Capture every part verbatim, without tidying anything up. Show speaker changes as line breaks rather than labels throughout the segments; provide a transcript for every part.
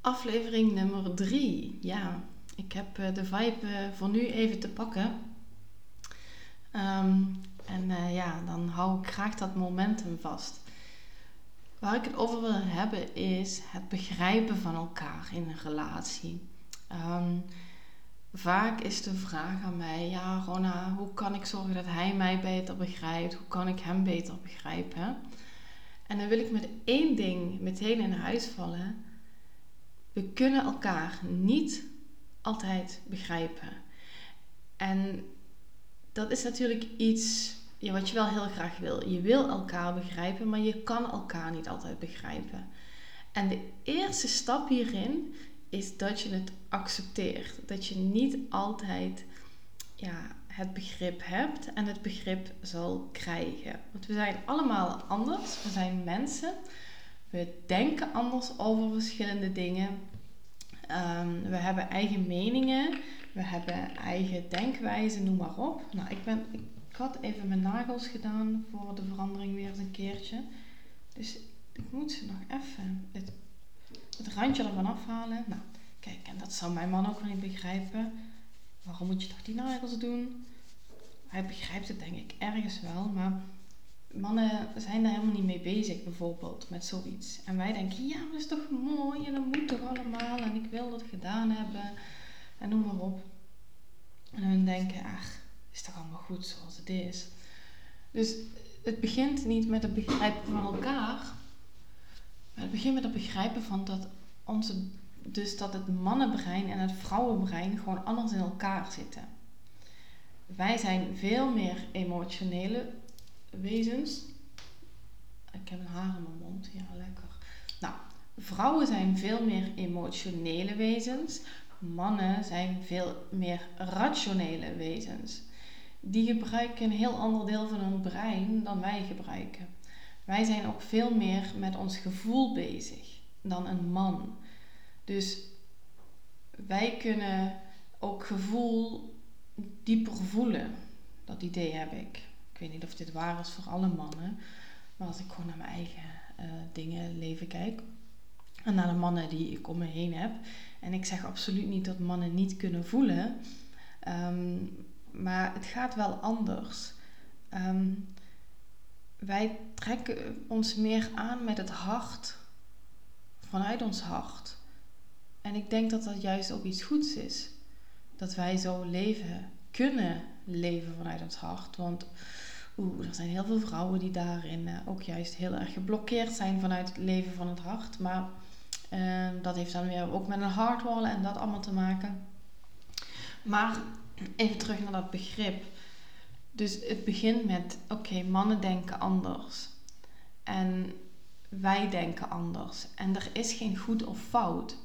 Aflevering nummer drie. Ja, ik heb uh, de vibe uh, voor nu even te pakken. Um, en uh, ja, dan hou ik graag dat momentum vast. Waar ik het over wil hebben is het begrijpen van elkaar in een relatie. Um, vaak is de vraag aan mij, ja Ronna, hoe kan ik zorgen dat hij mij beter begrijpt? Hoe kan ik hem beter begrijpen? En dan wil ik met één ding meteen in huis vallen. We kunnen elkaar niet altijd begrijpen. En dat is natuurlijk iets ja, wat je wel heel graag wil. Je wil elkaar begrijpen, maar je kan elkaar niet altijd begrijpen. En de eerste stap hierin is dat je het accepteert. Dat je niet altijd ja, het begrip hebt en het begrip zal krijgen. Want we zijn allemaal anders. We zijn mensen. We denken anders over verschillende dingen. Um, we hebben eigen meningen. We hebben eigen denkwijzen, noem maar op. Nou, ik, ben, ik had even mijn nagels gedaan voor de verandering weer eens een keertje. Dus ik moet ze nog even het, het randje ervan afhalen. Nou, kijk, en dat zou mijn man ook wel niet begrijpen. Waarom moet je toch die nagels doen? Hij begrijpt het denk ik ergens wel, maar mannen zijn daar helemaal niet mee bezig bijvoorbeeld met zoiets. En wij denken, ja, maar dat is toch mooi en dat moet toch allemaal en ik wil dat gedaan hebben en noem maar op. En hun denken, ach, is toch allemaal goed zoals het is. Dus het begint niet met het begrijpen van elkaar, maar het begint met het begrijpen van dat onze, dus dat het mannenbrein en het vrouwenbrein gewoon anders in elkaar zitten. Wij zijn veel meer emotionele wezens. Ik heb een haar in mijn mond, ja lekker. Nou, vrouwen zijn veel meer emotionele wezens. Mannen zijn veel meer rationele wezens. Die gebruiken een heel ander deel van hun brein dan wij gebruiken. Wij zijn ook veel meer met ons gevoel bezig dan een man. Dus wij kunnen ook gevoel dieper voelen. Dat idee heb ik. Ik weet niet of dit waar is voor alle mannen. Maar als ik gewoon naar mijn eigen uh, dingen, leven kijk. En naar de mannen die ik om me heen heb. En ik zeg absoluut niet dat mannen niet kunnen voelen. Um, maar het gaat wel anders. Um, wij trekken ons meer aan met het hart. Vanuit ons hart. En ik denk dat dat juist ook iets goeds is. Dat wij zo leven, kunnen leven vanuit het hart. Want oeh, er zijn heel veel vrouwen die daarin uh, ook juist heel erg geblokkeerd zijn vanuit het leven van het hart. Maar uh, dat heeft dan weer ook met een hartwall en dat allemaal te maken. Maar even terug naar dat begrip. Dus het begint met, oké, okay, mannen denken anders. En wij denken anders. En er is geen goed of fout.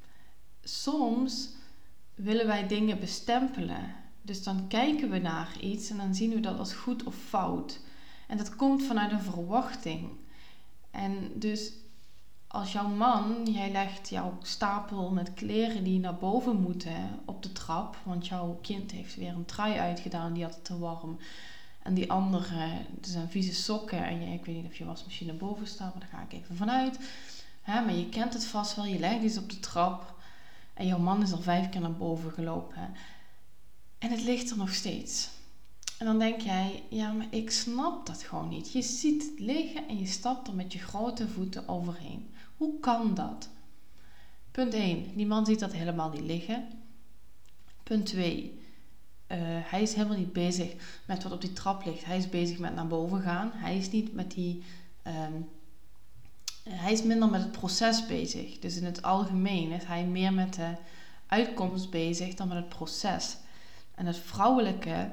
Soms willen wij dingen bestempelen. Dus dan kijken we naar iets en dan zien we dat als goed of fout. En dat komt vanuit een verwachting. En dus als jouw man, jij legt jouw stapel met kleren die naar boven moeten op de trap. Want jouw kind heeft weer een trui uitgedaan, die had het te warm. En die andere, het zijn vieze sokken. En je, ik weet niet of je wasmachine naar boven staat, maar daar ga ik even vanuit. Hè, maar je kent het vast wel, je legt iets op de trap. En jouw man is al vijf keer naar boven gelopen. En het ligt er nog steeds. En dan denk jij, ja, maar ik snap dat gewoon niet. Je ziet het liggen en je stapt er met je grote voeten overheen. Hoe kan dat? Punt één, die man ziet dat helemaal niet liggen. Punt twee, uh, hij is helemaal niet bezig met wat op die trap ligt. Hij is bezig met naar boven gaan. Hij is niet met die... Um, hij is minder met het proces bezig. Dus in het algemeen is hij meer met de uitkomst bezig dan met het proces. En het vrouwelijke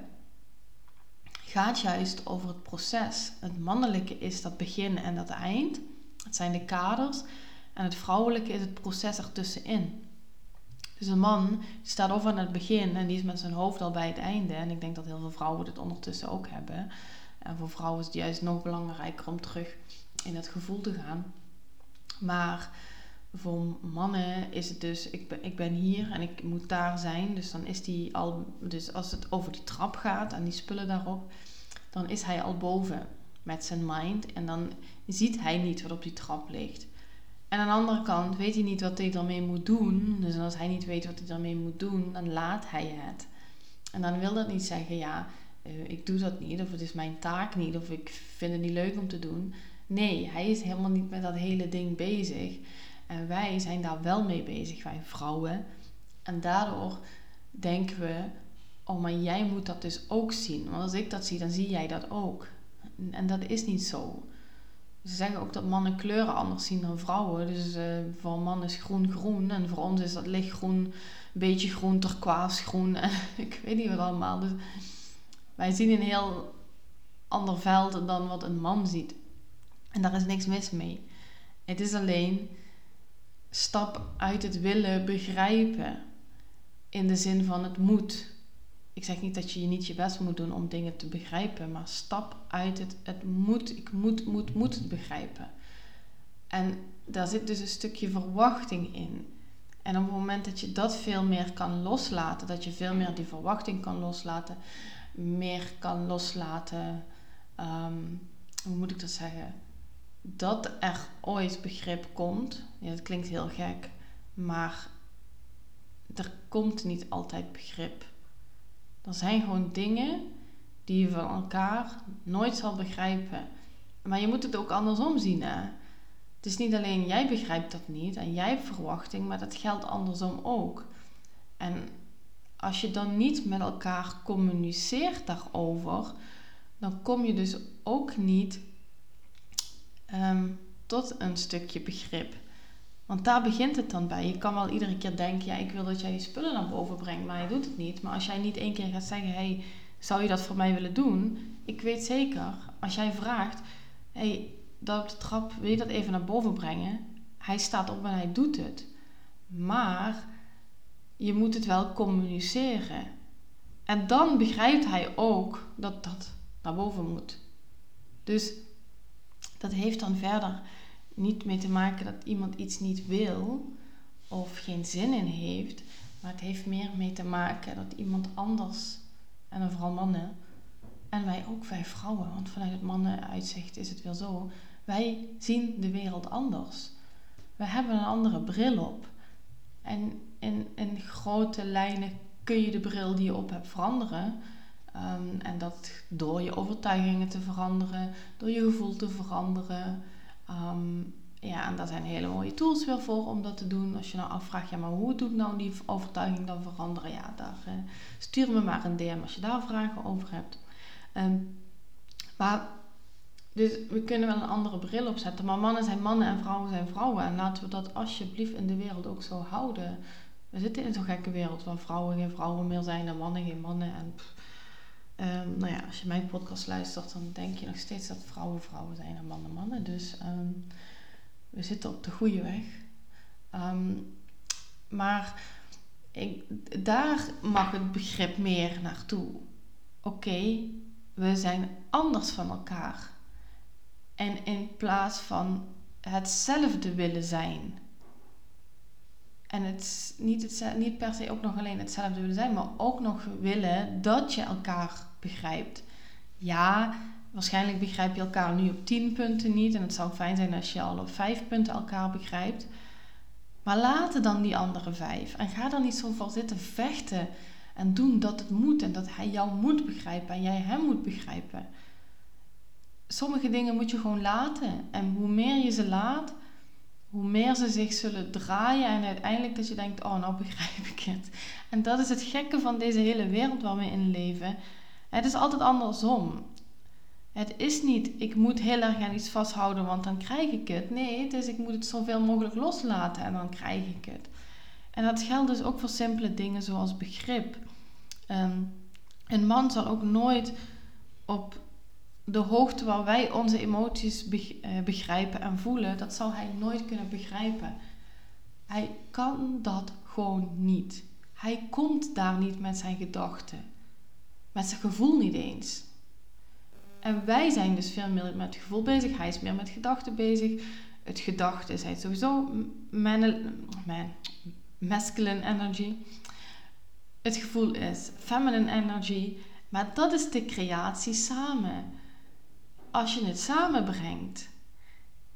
gaat juist over het proces. Het mannelijke is dat begin en dat eind. Het zijn de kaders. En het vrouwelijke is het proces ertussenin. Dus een man staat of aan het begin en die is met zijn hoofd al bij het einde. En ik denk dat heel veel vrouwen dit ondertussen ook hebben. En voor vrouwen is het juist nog belangrijker om terug in het gevoel te gaan. Maar voor mannen is het dus, ik ben, ik ben hier en ik moet daar zijn. Dus dan is die al, dus als het over die trap gaat en die spullen daarop, dan is hij al boven met zijn mind. En dan ziet hij niet wat op die trap ligt. En aan de andere kant weet hij niet wat hij ermee moet doen. Dus als hij niet weet wat hij ermee moet doen, dan laat hij het. En dan wil dat niet zeggen, ja, uh, ik doe dat niet, of het is mijn taak niet, of ik vind het niet leuk om te doen. Nee, hij is helemaal niet met dat hele ding bezig. En wij zijn daar wel mee bezig, wij vrouwen. En daardoor denken we, oh, maar jij moet dat dus ook zien. Want als ik dat zie, dan zie jij dat ook. En dat is niet zo. Ze zeggen ook dat mannen kleuren anders zien dan vrouwen. Dus uh, voor een man is groen groen. En voor ons is dat lichtgroen, een beetje groen, turkooisgroen. En ik weet niet wat allemaal. Dus wij zien een heel ander veld dan wat een man ziet. En daar is niks mis mee. Het is alleen stap uit het willen begrijpen. In de zin van het moet. Ik zeg niet dat je niet je best moet doen om dingen te begrijpen. Maar stap uit het, het moet. Ik moet, moet, moet het begrijpen. En daar zit dus een stukje verwachting in. En op het moment dat je dat veel meer kan loslaten. Dat je veel meer die verwachting kan loslaten. Meer kan loslaten. Um, hoe moet ik dat zeggen? Dat er ooit begrip komt. Ja, dat klinkt heel gek. Maar er komt niet altijd begrip. Er zijn gewoon dingen die je van elkaar nooit zal begrijpen. Maar je moet het ook andersom zien, hè. Het is niet alleen jij begrijpt dat niet en jij hebt verwachting, maar dat geldt andersom ook. En als je dan niet met elkaar communiceert daarover, dan kom je dus ook niet um, tot een stukje begrip. Want daar begint het dan bij. Je kan wel iedere keer denken, ja, ik wil dat jij die spullen naar boven brengt, maar je doet het niet. Maar als jij niet één keer gaat zeggen, hey, zou je dat voor mij willen doen? Ik weet zeker, als jij vraagt, hey, dat op de trap, wil je dat even naar boven brengen? Hij staat op en hij doet het. Maar je moet het wel communiceren. En dan begrijpt hij ook dat dat naar boven moet. Dus dat heeft dan verder niet mee te maken dat iemand iets niet wil of geen zin in heeft. Maar het heeft meer mee te maken dat iemand anders, en dan vooral mannen, en wij ook, wij vrouwen, want vanuit het mannenuitzicht is het wel zo, wij zien de wereld anders. We hebben een andere bril op. En in, in grote lijnen kun je de bril die je op hebt veranderen. Um, en dat door je overtuigingen te veranderen, door je gevoel te veranderen. Um, ja, en daar zijn hele mooie tools weer voor om dat te doen. Als je nou afvraagt, ja, maar hoe doe ik nou die overtuiging dan veranderen? Ja, daar uh, stuur me maar een D M als je daar vragen over hebt. Um, maar, dus we kunnen wel een andere bril opzetten. Maar mannen zijn mannen en vrouwen zijn vrouwen. En laten we dat alsjeblieft in de wereld ook zo houden. We zitten in zo'n gekke wereld waar vrouwen geen vrouwen meer zijn en mannen geen mannen. En pff, um, nou ja, als je mijn podcast luistert, dan denk je nog steeds dat vrouwen vrouwen zijn en mannen mannen. Dus um, we zitten op de goede weg. Um, maar ik, daar mag het begrip meer naartoe. Oké, okay, we zijn anders van elkaar. En in plaats van hetzelfde willen zijn. En het niet, het, niet per se ook nog alleen hetzelfde willen zijn, maar ook nog willen dat je elkaar begrijpt. Ja, waarschijnlijk begrijp je elkaar nu op tien punten niet. En het zou fijn zijn als je al op vijf punten elkaar begrijpt. Maar laat dan die andere vijf. En ga er niet zo voor zitten vechten. En doen dat het moet. En dat hij jou moet begrijpen. En jij hem moet begrijpen. Sommige dingen moet je gewoon laten. En hoe meer je ze laat, hoe meer ze zich zullen draaien. En uiteindelijk dat je denkt, oh, nou begrijp ik het. En dat is het gekke van deze hele wereld waar we in leven. Het is altijd andersom. Het is niet, ik moet heel erg aan iets vasthouden, want dan krijg ik het. Nee, het is, ik moet het zoveel mogelijk loslaten en dan krijg ik het. En dat geldt dus ook voor simpele dingen zoals begrip. Um, een man zal ook nooit op de hoogte waar wij onze emoties begrijpen en voelen, dat zal hij nooit kunnen begrijpen. Hij kan dat gewoon niet. Hij komt daar niet met zijn gedachten. Met zijn gevoel niet eens. En wij zijn dus veel meer met het gevoel bezig. Hij is meer met gedachten bezig. Het gedachte is hij sowieso man, man, masculine energy. Het gevoel is feminine energy. Maar dat is de creatie samen. Als je het samenbrengt.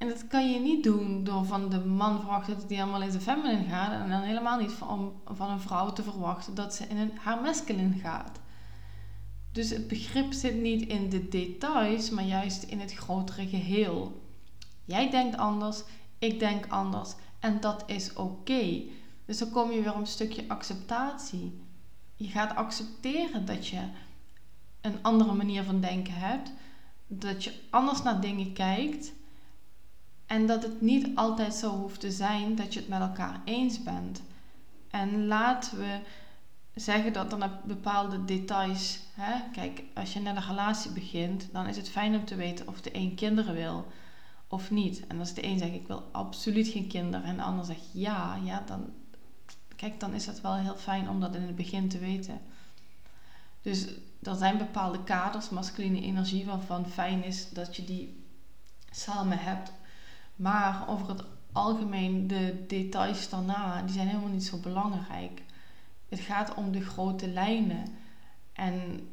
En dat kan je niet doen door van de man verwachten dat hij helemaal in zijn feminine gaat. En dan helemaal niet van, van een vrouw te verwachten dat ze in een, haar masculine gaat. Dus het begrip zit niet in de details, maar juist in het grotere geheel. Jij denkt anders, ik denk anders. En dat is oké. Okay. Dus dan kom je weer op een stukje acceptatie. Je gaat accepteren dat je een andere manier van denken hebt. Dat je anders naar dingen kijkt. En dat het niet altijd zo hoeft te zijn dat je het met elkaar eens bent. En laten we zeggen dat er bepaalde details... Hè, kijk, als je net een relatie begint, dan is het fijn om te weten of de een kinderen wil of niet. En als de een zegt, ik wil absoluut geen kinderen, en de ander zegt ja, ja, dan... Kijk, dan is het wel heel fijn om dat in het begin te weten. Dus er zijn bepaalde kaders, masculine energie, waarvan fijn is dat je die samen hebt. Maar over het algemeen, de details daarna, die zijn helemaal niet zo belangrijk. Het gaat om de grote lijnen. En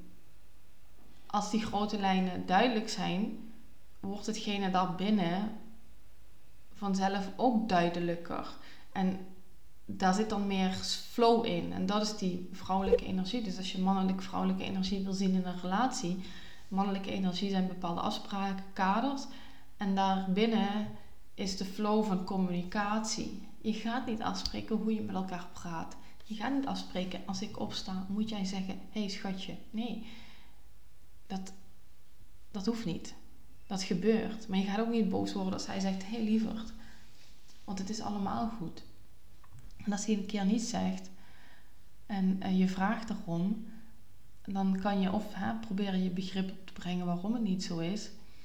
als die grote lijnen duidelijk zijn, wordt hetgene daarbinnen vanzelf ook duidelijker. En daar zit dan meer flow in. En dat is die vrouwelijke energie. Dus als je mannelijke vrouwelijke energie wil zien in een relatie. Mannelijke energie zijn bepaalde afspraken, kaders. En daarbinnen is de flow van communicatie. Je gaat niet afspreken hoe je met elkaar praat. Je gaat niet afspreken, als ik opsta, moet jij zeggen, hé hey, schatje. Nee, dat, dat hoeft niet. Dat gebeurt. Maar je gaat ook niet boos worden als hij zegt, hé hey, lieverd. Want het is allemaal goed. En als hij een keer niet zegt en uh, je vraagt erom, dan kan je of hè, proberen je begrip op te brengen waarom het niet zo is.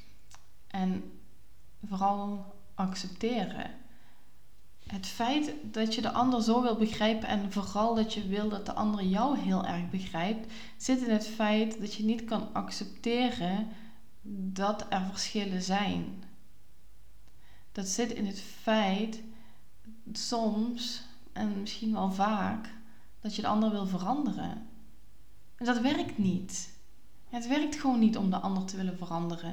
En vooral accepteren. Het feit dat je de ander zo wil begrijpen en vooral dat je wil dat de ander jou heel erg begrijpt, zit in het feit dat je niet kan accepteren dat er verschillen zijn. Dat zit in het feit soms, en misschien wel vaak, dat je de ander wil veranderen. En dat werkt niet. Het werkt gewoon niet om de ander te willen veranderen.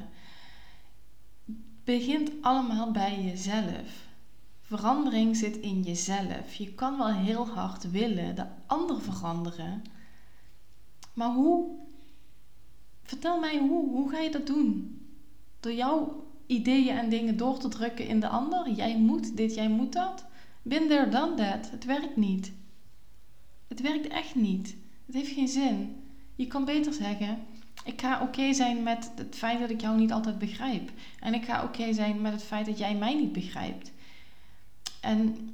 Het begint allemaal bij jezelf. Verandering zit in jezelf. Je kan wel heel hard willen de ander veranderen. Maar hoe? Vertel mij hoe. Hoe ga je dat doen? Door jouw ideeën en dingen door te drukken in de ander? Jij moet dit, jij moet dat? Been there, done that. Het werkt niet. Het werkt echt niet. Het heeft geen zin. Je kan beter zeggen, ik ga oké okay zijn met het feit dat ik jou niet altijd begrijp. En ik ga oké okay zijn met het feit dat jij mij niet begrijpt. En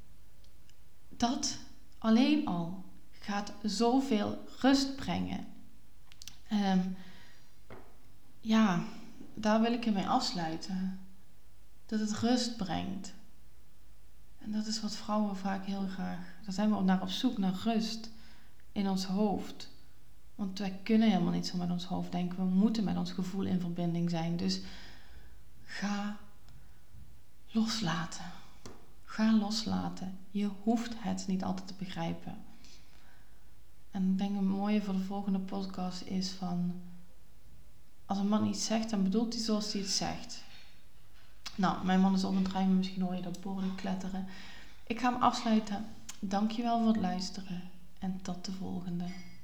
dat alleen al gaat zoveel rust brengen. Um, ja, daar wil ik ermee afsluiten. Dat het rust brengt. En dat is wat vrouwen vaak heel graag... Daar zijn we ook naar op zoek, naar rust in ons hoofd. Want wij kunnen helemaal niet zo met ons hoofd denken. We moeten met ons gevoel in verbinding zijn. Dus ga loslaten. Ga loslaten. Je hoeft het niet altijd te begrijpen. En ik denk een mooie voor de volgende podcast is van... Als een man iets zegt, dan bedoelt hij zoals hij het zegt. Nou, mijn man is op een trein, misschien hoor je dat borden kletteren. Ik ga hem afsluiten. Dankjewel voor het luisteren. En tot de volgende.